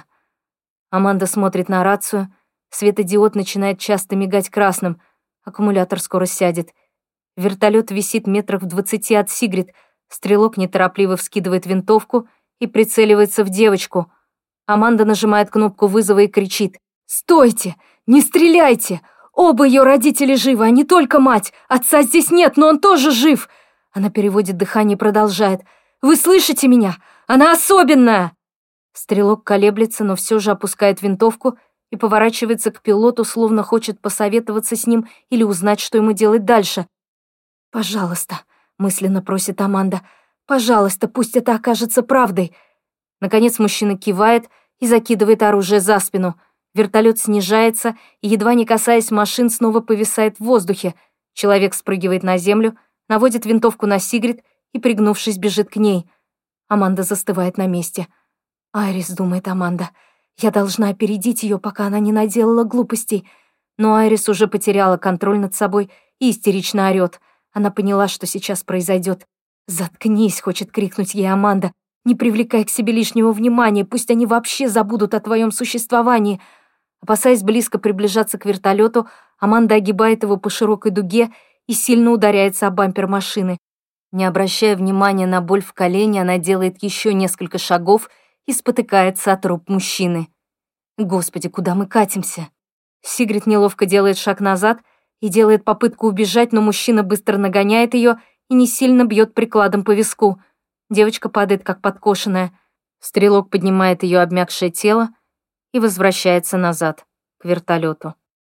Аманда смотрит на рацию. Светодиод начинает часто мигать красным. Аккумулятор скоро сядет. Вертолет висит метрах в двадцати от Сигрид. Стрелок неторопливо вскидывает винтовку и прицеливается в девочку. Аманда нажимает кнопку вызова и кричит: «Стойте! Не стреляйте! Оба ее родители живы, а не только мать! Отца здесь нет, но он тоже жив!» Она переводит дыхание и продолжает: «Вы слышите меня? Она особенная!» Стрелок колеблется, но все же опускает винтовку и поворачивается к пилоту, словно хочет посоветоваться с ним или узнать, что ему делать дальше. «Пожалуйста», — мысленно просит Аманда, «пожалуйста, пусть это окажется правдой». Наконец мужчина кивает и закидывает оружие за спину. Вертолет снижается и, едва не касаясь машин, снова повисает в воздухе. Человек спрыгивает на землю, наводит винтовку на Сигрид и, пригнувшись, бежит к ней. Аманда застывает на месте. «Айрис», — думает Аманда, — «я должна опередить ее, пока она не наделала глупостей». Но Айрис уже потеряла контроль над собой и истерично орёт. Она поняла, что сейчас произойдет. «Заткнись», — хочет крикнуть ей Аманда. «Не привлекай к себе лишнего внимания, пусть они вообще забудут о твоем существовании». Опасаясь близко приближаться к вертолету, Аманда огибает его по широкой дуге и сильно ударяется о бампер машины. Не обращая внимания на боль в колене, она делает еще несколько шагов и спотыкается о труп мужчины. Господи, куда мы катимся? Сигрид неловко делает шаг назад и делает попытку убежать, но мужчина быстро нагоняет ее и не сильно бьет прикладом по виску. Девочка падает, как подкошенная. Стрелок поднимает ее обмякшее тело и возвращается назад, к вертолету.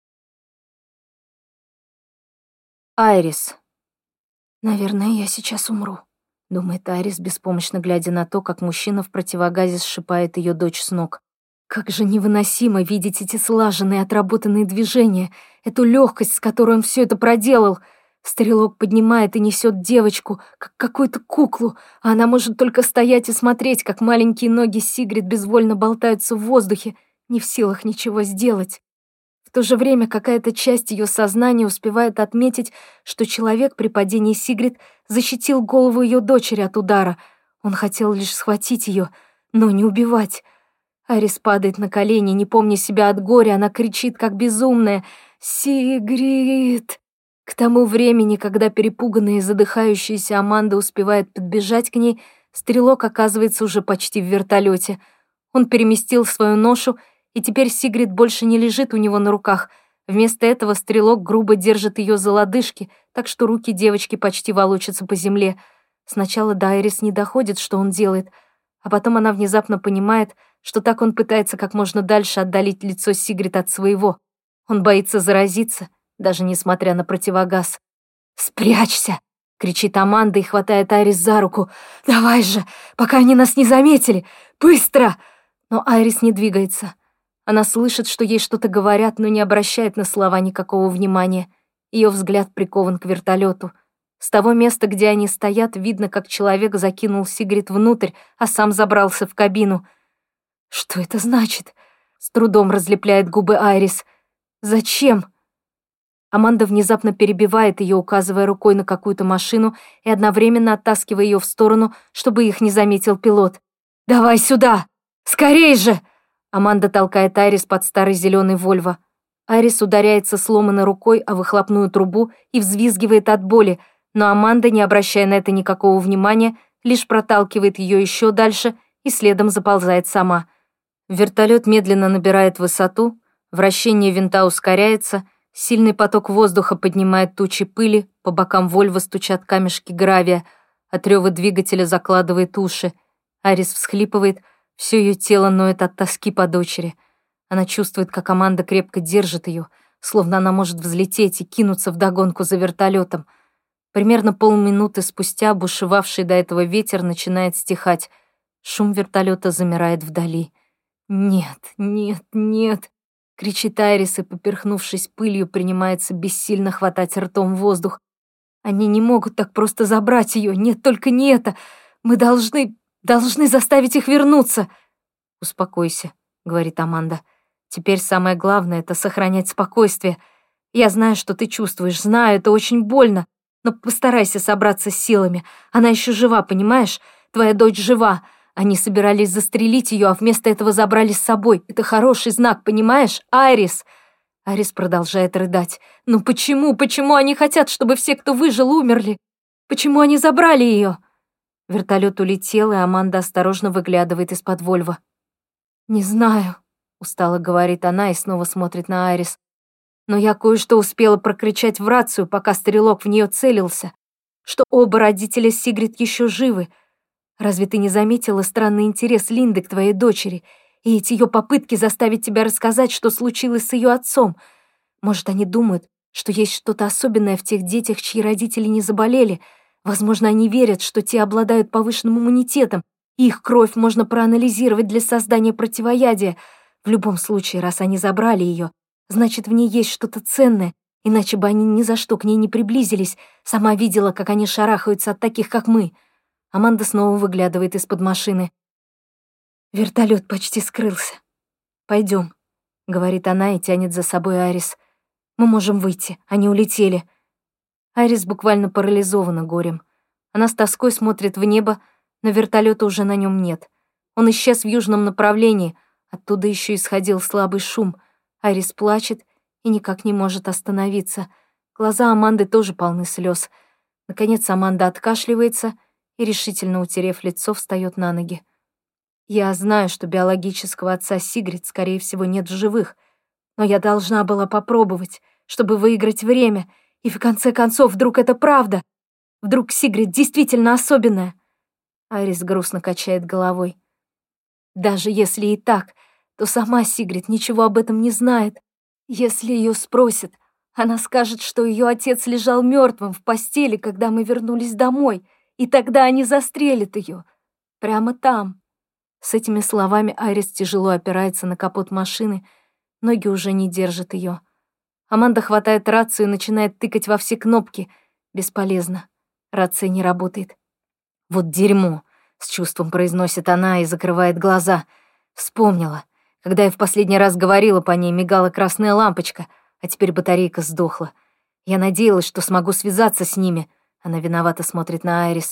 Айрис. «Наверное, я сейчас умру», — думает Айрис, беспомощно глядя на то, как мужчина в противогазе сшибает ее дочь с ног. Как же невыносимо видеть эти слаженные, отработанные движения, эту легкость, с которой он все это проделал. Стрелок поднимает и несет девочку, как какую-то куклу, а она может только стоять и смотреть, как маленькие ноги Сигрид безвольно болтаются в воздухе, не в силах ничего сделать. В то же время какая-то часть ее сознания успевает отметить, что человек при падении Сигрид защитил голову ее дочери от удара. Он хотел лишь схватить ее, но не убивать. Айрис падает на колени, не помня себя от горя, она кричит, как безумная: «Сигрид!». К тому времени, когда перепуганная и задыхающаяся Аманда успевает подбежать к ней, стрелок оказывается уже почти в вертолете. Он переместил свою ношу, и теперь Сигрид больше не лежит у него на руках. Вместо этого стрелок грубо держит ее за лодыжки, так что руки девочки почти волочатся по земле. Сначала до Айрис не доходит, что он делает, а потом она внезапно понимает, что так он пытается как можно дальше отдалить лицо Сигрид от своего. Он боится заразиться, даже несмотря на противогаз. «Спрячься!» — кричит Аманда и хватает Айрис за руку. «Давай же, пока они нас не заметили! Быстро!» Но Айрис не двигается. Она слышит, что ей что-то говорят, но не обращает на слова никакого внимания. Ее взгляд прикован к вертолету. С того места, где они стоят, видно, как человек закинул Сигрид внутрь, а сам забрался в кабину. «Что это значит?» — с трудом разлепляет губы Айрис. «Зачем?» Аманда внезапно перебивает ее, указывая рукой на какую-то машину и одновременно оттаскивая ее в сторону, чтобы их не заметил пилот. «Давай сюда! Скорей же!» Аманда толкает Айрис под старый зеленый Вольво. Айрис ударяется сломанной рукой о выхлопную трубу и взвизгивает от боли, но Аманда, не обращая на это никакого внимания, лишь проталкивает ее еще дальше и следом заползает сама. Вертолет медленно набирает высоту, вращение винта ускоряется, сильный поток воздуха поднимает тучи пыли, по бокам Вольво стучат камешки гравия, от рёва двигателя закладывает уши. Айрис всхлипывает, все ее тело ноет от тоски по дочери. Она чувствует, как Аманда крепко держит ее, словно она может взлететь и кинуться вдогонку за вертолетом. Примерно полминуты спустя бушевавший до этого ветер начинает стихать. Шум вертолета замирает вдали. «Нет, нет, нет!» — кричит Айрис и, поперхнувшись пылью, принимается бессильно хватать ртом воздух. «Они не могут так просто забрать ее. Нет, только не это! Мы должны, должны заставить их вернуться!» «Успокойся», — говорит Аманда. «Теперь самое главное — это сохранять спокойствие. Я знаю, что ты чувствуешь, знаю, это очень больно. Но постарайся собраться с силами. Она еще жива, понимаешь? Твоя дочь жива. Они собирались застрелить ее, а вместо этого забрали с собой. Это хороший знак, понимаешь? Айрис!» Айрис продолжает рыдать. «Ну почему, почему они хотят, чтобы все, кто выжил, умерли? Почему они забрали ее?» Вертолет улетел, и Аманда осторожно выглядывает из-под Вольво. «Не знаю», — устало говорит она и снова смотрит на Айрис. «Но я кое-что успела прокричать в рацию, пока стрелок в нее целился, что оба родителя Сигрид еще живы. Разве ты не заметила странный интерес Линды к твоей дочери и эти ее попытки заставить тебя рассказать, что случилось с ее отцом? Может, они думают, что есть что-то особенное в тех детях, чьи родители не заболели? Возможно, они верят, что те обладают повышенным иммунитетом, и их кровь можно проанализировать для создания противоядия. В любом случае, раз они забрали ее, значит, в ней есть что-то ценное, иначе бы они ни за что к ней не приблизились. Сама видела, как они шарахаются от таких, как мы». Аманда снова выглядывает из-под машины. «Вертолет почти скрылся. Пойдем», — говорит она и тянет за собой Айрис. «Мы можем выйти, они улетели». Айрис буквально парализована горем. Она с тоской смотрит в небо, но вертолета уже на нем нет. Он исчез в южном направлении, оттуда еще исходил слабый шум. Айрис плачет и никак не может остановиться. Глаза Аманды тоже полны слез. Наконец Аманда откашливается и, решительно утерев лицо, встает на ноги. «Я знаю, что биологического отца Сигрид, скорее всего, нет в живых, но я должна была попробовать, чтобы выиграть время, и в конце концов, вдруг это правда? Вдруг Сигрид действительно особенная?» Айрис грустно качает головой. «Даже если и так, то сама Сигрид ничего об этом не знает. Если ее спросят, она скажет, что ее отец лежал мертвым в постели, когда мы вернулись домой, и тогда они застрелят ее. Прямо там». С этими словами Айрис тяжело опирается на капот машины, ноги уже не держат ее. Аманда хватает рацию и начинает тыкать во все кнопки. Бесполезно. Рация не работает. «Вот дерьмо», — с чувством произносит она и закрывает глаза. «Вспомнила. Когда я в последний раз говорила по ней, мигала красная лампочка, а теперь батарейка сдохла. Я надеялась, что смогу связаться с ними». Она виновато смотрит на Айрис.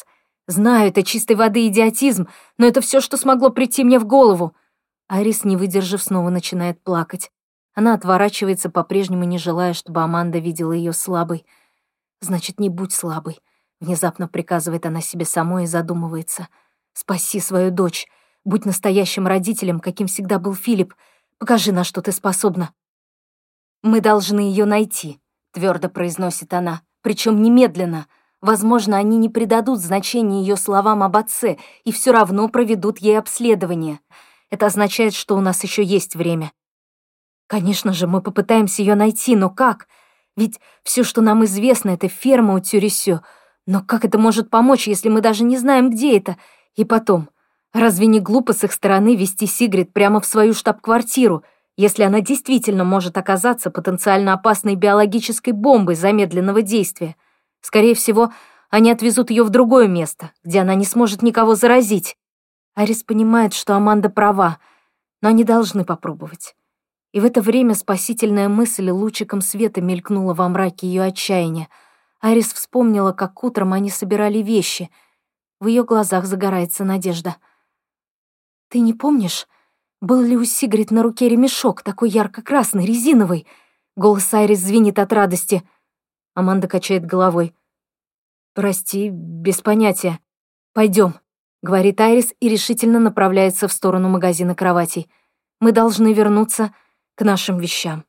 Знаю, это чистой воды идиотизм, но это все, что смогло прийти мне в голову. Айрис, не выдержав, снова начинает плакать. Она отворачивается, по-прежнему не желая, чтобы Аманда видела ее слабой. «Значит, не будь слабой», — внезапно приказывает она себе самой и задумывается. «Спаси свою дочь. Будь настоящим родителем, каким всегда был Филипп. Покажи, на что ты способна». «Мы должны ее найти», — твердо произносит она, причем немедленно. Возможно, они не придадут значения ее словам об отце и все равно проведут ей обследование. Это означает, что у нас еще есть время. Конечно же, мы попытаемся ее найти, но как? Ведь все, что нам известно, это ферма у Тюресё. Но как это может помочь, если мы даже не знаем, где это? И потом, разве не глупо с их стороны вести Сигрид прямо в свою штаб-квартиру, если она действительно может оказаться потенциально опасной биологической бомбой замедленного действия? Скорее всего, они отвезут ее в другое место, где она не сможет никого заразить. Айрис понимает, что Аманда права, но они должны попробовать. И в это время спасительная мысль лучиком света мелькнула во мраке ее отчаяния. Айрис вспомнила, как утром они собирали вещи. В ее глазах загорается надежда. «Ты не помнишь, был ли у Сигрид на руке ремешок, такой ярко-красный, резиновый?» Голос Айрис звенит от радости. Аманда качает головой. «Прости, без понятия. Пойдем», — говорит Айрис и решительно направляется в сторону магазина кроватей. «Мы должны вернуться к нашим вещам».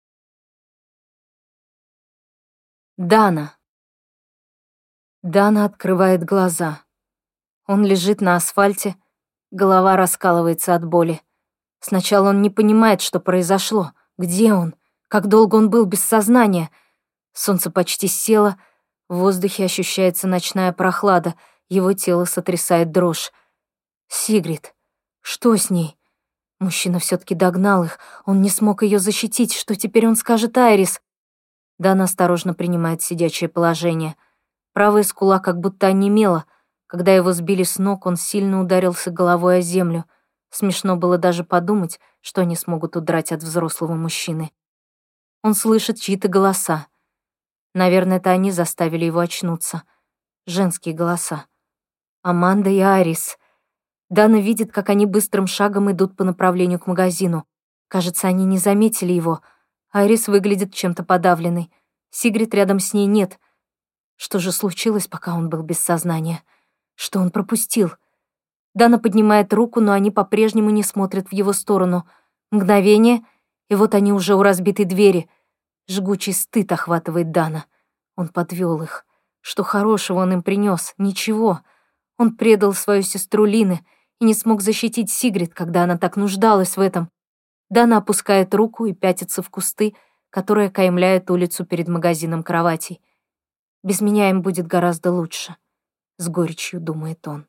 Дана. Дана открывает глаза. Он лежит на асфальте, голова раскалывается от боли. Сначала он не понимает, что произошло, где он, как долго он был без сознания. Солнце почти село, в воздухе ощущается ночная прохлада, его тело сотрясает дрожь. Сигрид. Что с ней? Мужчина все-таки догнал их, он не смог ее защитить, что теперь он скажет Айрис? Дана осторожно принимает сидячее положение. Правая скула как будто онемела. Когда его сбили с ног, он сильно ударился головой о землю. Смешно было даже подумать, что они смогут удрать от взрослого мужчины. Он слышит чьи-то голоса. Наверное, это они заставили его очнуться. Женские голоса. Аманда и Айрис. Дана видит, как они быстрым шагом идут по направлению к магазину. Кажется, они не заметили его. Айрис выглядит чем-то подавленной. Сигрид рядом с ней нет. Что же случилось, пока он был без сознания? Что он пропустил? Дана поднимает руку, но они по-прежнему не смотрят в его сторону. Мгновение, и вот они уже у разбитой двери. Жгучий стыд охватывает Дана. Он подвел их. Что хорошего он им принес? Ничего. Он предал свою сестру Лины и не смог защитить Сигрид, когда она так нуждалась в этом. Дана опускает руку и пятится в кусты, которые окаймляют улицу перед магазином кроватей. «Без меня им будет гораздо лучше», — с горечью думает он.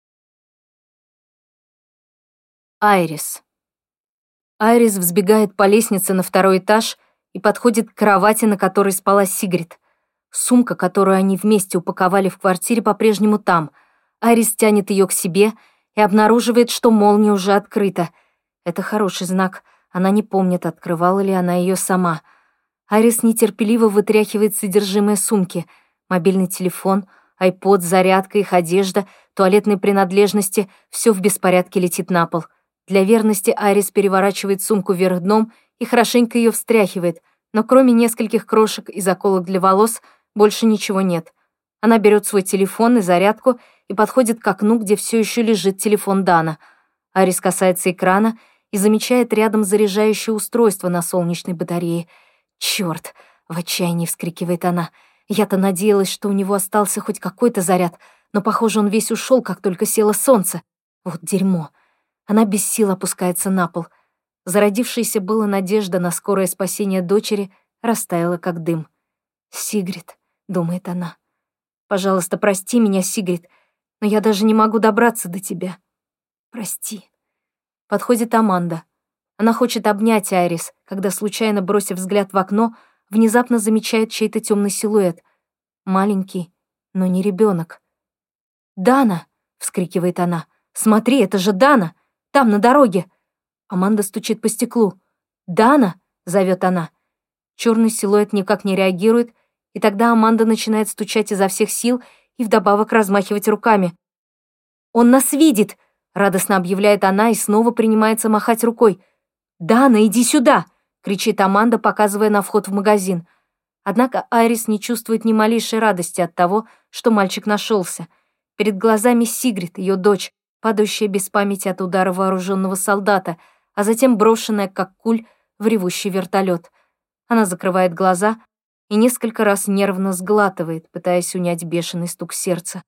Айрис. Айрис взбегает по лестнице на второй этаж и подходит к кровати, на которой спала Сигрид. Сумка, которую они вместе упаковали в квартире, по-прежнему там. Айрис тянет ее к себе и обнаруживает, что молния уже открыта. Это хороший знак. Она не помнит, открывала ли она ее сама. Айрис нетерпеливо вытряхивает содержимое сумки. Мобильный телефон, айпод, зарядка, их одежда, туалетные принадлежности — все в беспорядке летит на пол. Для верности Айрис переворачивает сумку вверх дном и хорошенько ее встряхивает, но кроме нескольких крошек и заколок для волос больше ничего нет. Она берет свой телефон и зарядку и подходит к окну, где все еще лежит телефон Дана. Айрис касается экрана и замечает рядом заряжающее устройство на солнечной батарее. «Чёрт!» — в отчаянии вскрикивает она. «Я-то надеялась, что у него остался хоть какой-то заряд, но, похоже, он весь ушел, как только село солнце. Вот дерьмо!» Она без сил опускается на пол. Зародившаяся была надежда на скорое спасение дочери растаяла, как дым. «Сигрид», — думает она, — «пожалуйста, прости меня, Сигрид, но я даже не могу добраться до тебя. Прости». Подходит Аманда. Она хочет обнять Айрис, когда, случайно бросив взгляд в окно, внезапно замечает чей-то темный силуэт. Маленький, но не ребенок. «Дана!» — вскрикивает она. «Смотри, это же Дана! Там, на дороге!» Аманда стучит по стеклу. «Дана!» — зовет она. Черный силуэт никак не реагирует, и тогда Аманда начинает стучать изо всех сил и вдобавок размахивать руками. «Он нас видит!» — радостно объявляет она и снова принимается махать рукой. «Дана, иди сюда!» — кричит Аманда, показывая на вход в магазин. Однако Айрис не чувствует ни малейшей радости от того, что мальчик нашелся. Перед глазами Сигрид, ее дочь, падающая без памяти от удара вооруженного солдата, а затем брошенная, как куль, в ревущий вертолет. Она закрывает глаза и несколько раз нервно сглатывает, пытаясь унять бешеный стук сердца.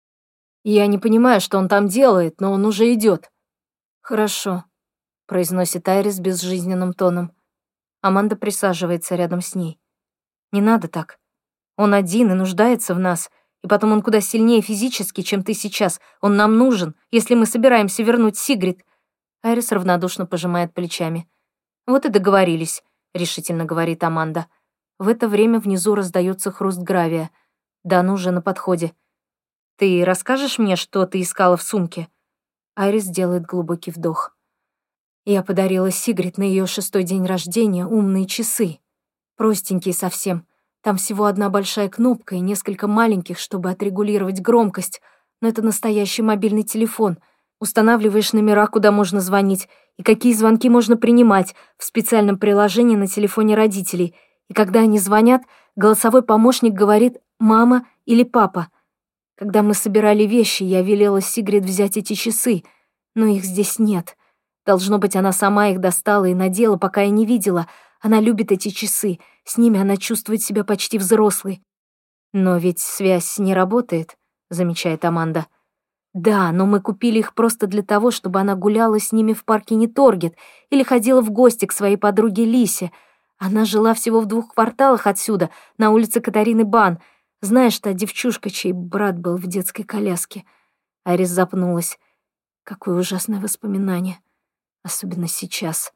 «Я не понимаю, что он там делает, но он уже идет». «Хорошо», — произносит Айрис безжизненным тоном. Аманда присаживается рядом с ней. «Не надо так. Он один и нуждается в нас, и потом он куда сильнее физически, чем ты сейчас. Он нам нужен, если мы собираемся вернуть Сигрид». Айрис равнодушно пожимает плечами. «Вот и договорились», — решительно говорит Аманда. В это время внизу раздается хруст гравия. Дана уже на подходе. «Ты расскажешь мне, что ты искала в сумке?» Айрис делает глубокий вдох. «Я подарила Сигрид на ее шестой день рождения умные часы. Простенькие совсем. Там всего одна большая кнопка и несколько маленьких, чтобы отрегулировать громкость. Но это настоящий мобильный телефон. Устанавливаешь номера, куда можно звонить, и какие звонки можно принимать в специальном приложении на телефоне родителей. И когда они звонят, голосовой помощник говорит «мама» или «папа». Когда мы собирали вещи, я велела Сигрид взять эти часы, но их здесь нет. Должно быть, она сама их достала и надела, пока я не видела. Она любит эти часы, с ними она чувствует себя почти взрослой. «Но ведь связь не работает», — замечает Аманда. «Да, но мы купили их просто для того, чтобы она гуляла с ними в парке Неторгет или ходила в гости к своей подруге Лисе. Она жила всего в двух кварталах отсюда, на улице Катарины Бан. Знаешь, та девчушка, чей брат был в детской коляске». Айрис запнулась. Какое ужасное воспоминание. Особенно сейчас.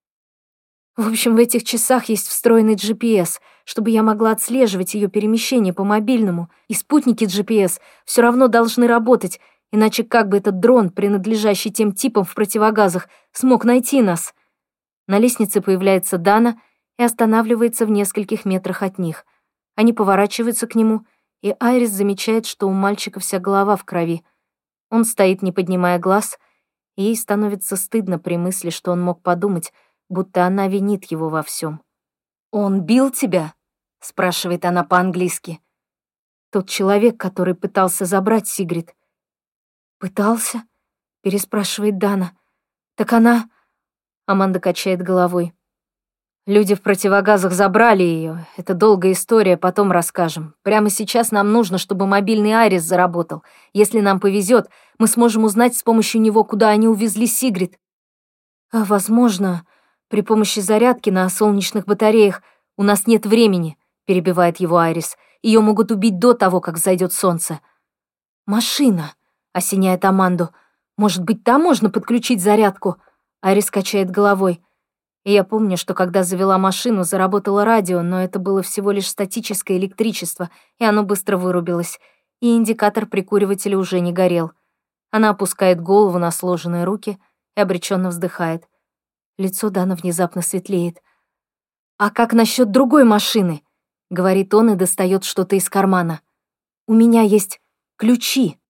В общем, в этих часах есть встроенный джи пи эс, чтобы я могла отслеживать ее перемещение по мобильному, и спутники джи пи эс все равно должны работать, иначе как бы этот дрон, принадлежащий тем типам в противогазах, смог найти нас? На лестнице появляется Дана и останавливается в нескольких метрах от них. Они поворачиваются к нему, и Айрис замечает, что у мальчика вся голова в крови. Он стоит, не поднимая глаз, и ей становится стыдно при мысли, что он мог подумать, будто она винит его во всем. «Он бил тебя?» — спрашивает она по-английски. «Тот человек, который пытался забрать Сигрид». «Пытался?» — переспрашивает Дана. «Так она...» — Аманда качает головой. «Люди в противогазах забрали ее. Это долгая история, потом расскажем. Прямо сейчас нам нужно, чтобы мобильный Айрис заработал. Если нам повезет, мы сможем узнать с помощью него, куда они увезли Сигрид. А, возможно, при помощи зарядки на солнечных батареях. У нас нет времени», — перебивает его Айрис. «Ее могут убить до того, как взойдет солнце». «Машина», — осеняет Аманду. «Может быть, там можно подключить зарядку?» Айрис качает головой. И я помню, что когда завела машину, заработало радио, но это было всего лишь статическое электричество, и оно быстро вырубилось, и индикатор прикуривателя уже не горел. Она опускает голову на сложенные руки и обреченно вздыхает. Лицо Дана внезапно светлеет. «А как насчет другой машины?» — говорит он и достает что-то из кармана. «У меня есть ключи».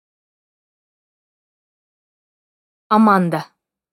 Аманда.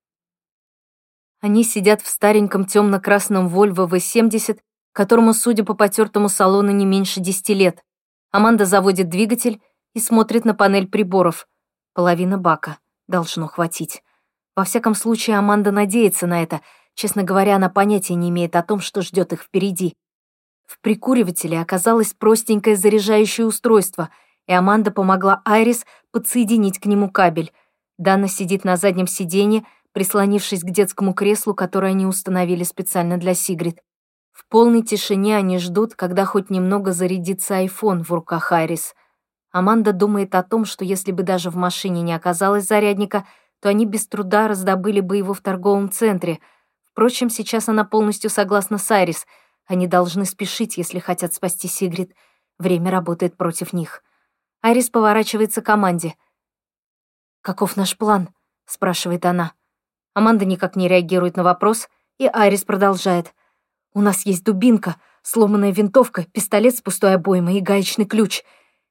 Они сидят в стареньком темно-красном Volvo ви семьдесят, которому, судя по потертому салону, не меньше десяти лет. Аманда заводит двигатель и смотрит на панель приборов. Половина бака. Должно хватить. Во всяком случае, Аманда надеется на это. Честно говоря, она понятия не имеет о том, что ждет их впереди. В прикуривателе оказалось простенькое заряжающее устройство, и Аманда помогла Айрис подсоединить к нему кабель. Дана сидит на заднем сиденье, прислонившись к детскому креслу, которое они установили специально для Сигрид. В полной тишине они ждут, когда хоть немного зарядится айфон в руках Айрис. Аманда думает о том, что если бы даже в машине не оказалось зарядника, то они без труда раздобыли бы его в торговом центре. Впрочем, сейчас она полностью согласна с Айрис. Они должны спешить, если хотят спасти Сигрид. Время работает против них. Айрис поворачивается к Аманде. «Каков наш план?» — спрашивает она. Аманда никак не реагирует на вопрос, и Айрис продолжает. «У нас есть дубинка, сломанная винтовка, пистолет с пустой обоймой и гаечный ключ.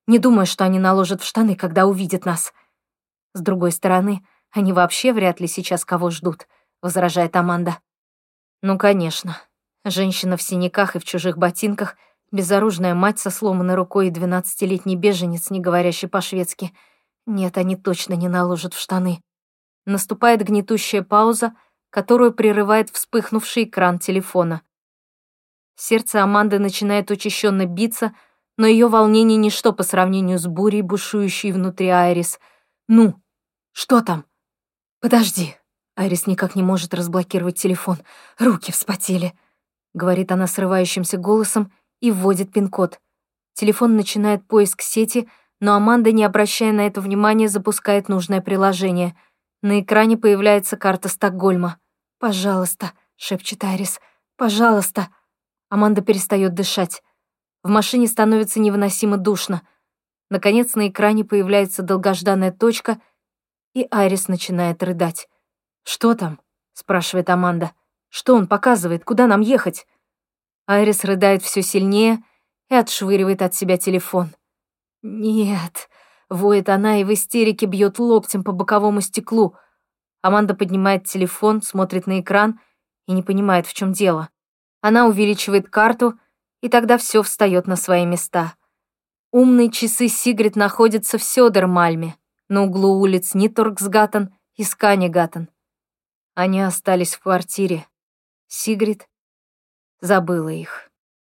Не думаю, что они наложат в штаны, когда увидят нас. С другой стороны, они вообще вряд ли сейчас кого ждут, возражает Аманда. Ну, конечно. Женщина в синяках и в чужих ботинках, безоружная мать со сломанной рукой и двенадцатилетний беженец, не говорящий по-шведски. Нет, они точно не наложат в штаны. Наступает гнетущая пауза, которую прерывает вспыхнувший экран телефона. Сердце Аманды начинает учащенно биться, но ее волнение ничто по сравнению с бурей, бушующей внутри Айрис. «Ну, что там?» «Подожди». Айрис никак не может разблокировать телефон. «Руки вспотели», — говорит она срывающимся голосом и вводит пин-код. Телефон начинает поиск сети, но Аманда, не обращая на это внимания, запускает нужное приложение. На экране появляется карта Стокгольма. «Пожалуйста», — шепчет Айрис, — «пожалуйста». Аманда перестает дышать. В машине становится невыносимо душно. Наконец на экране появляется долгожданная точка, и Айрис начинает рыдать. «Что там?» — спрашивает Аманда. «Что он показывает? Куда нам ехать?» Айрис рыдает все сильнее и отшвыривает от себя телефон. «Нет», — воет она и в истерике бьет локтем по боковому стеклу. Аманда поднимает телефон, смотрит на экран и не понимает, в чем дело. Она увеличивает карту, и тогда все встает на свои места. Умные часы Сигрид находятся в Сёдермальме, на углу улиц Ниторгсгаттен и Сканегаттен. Они остались в квартире. Сигрид забыла их.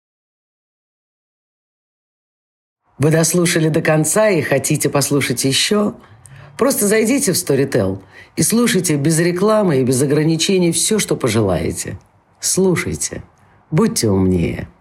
Вы дослушали до конца и хотите послушать еще? Просто зайдите в Storytel и слушайте без рекламы и без ограничений все, что пожелаете. Слушайте. Будьте умнее.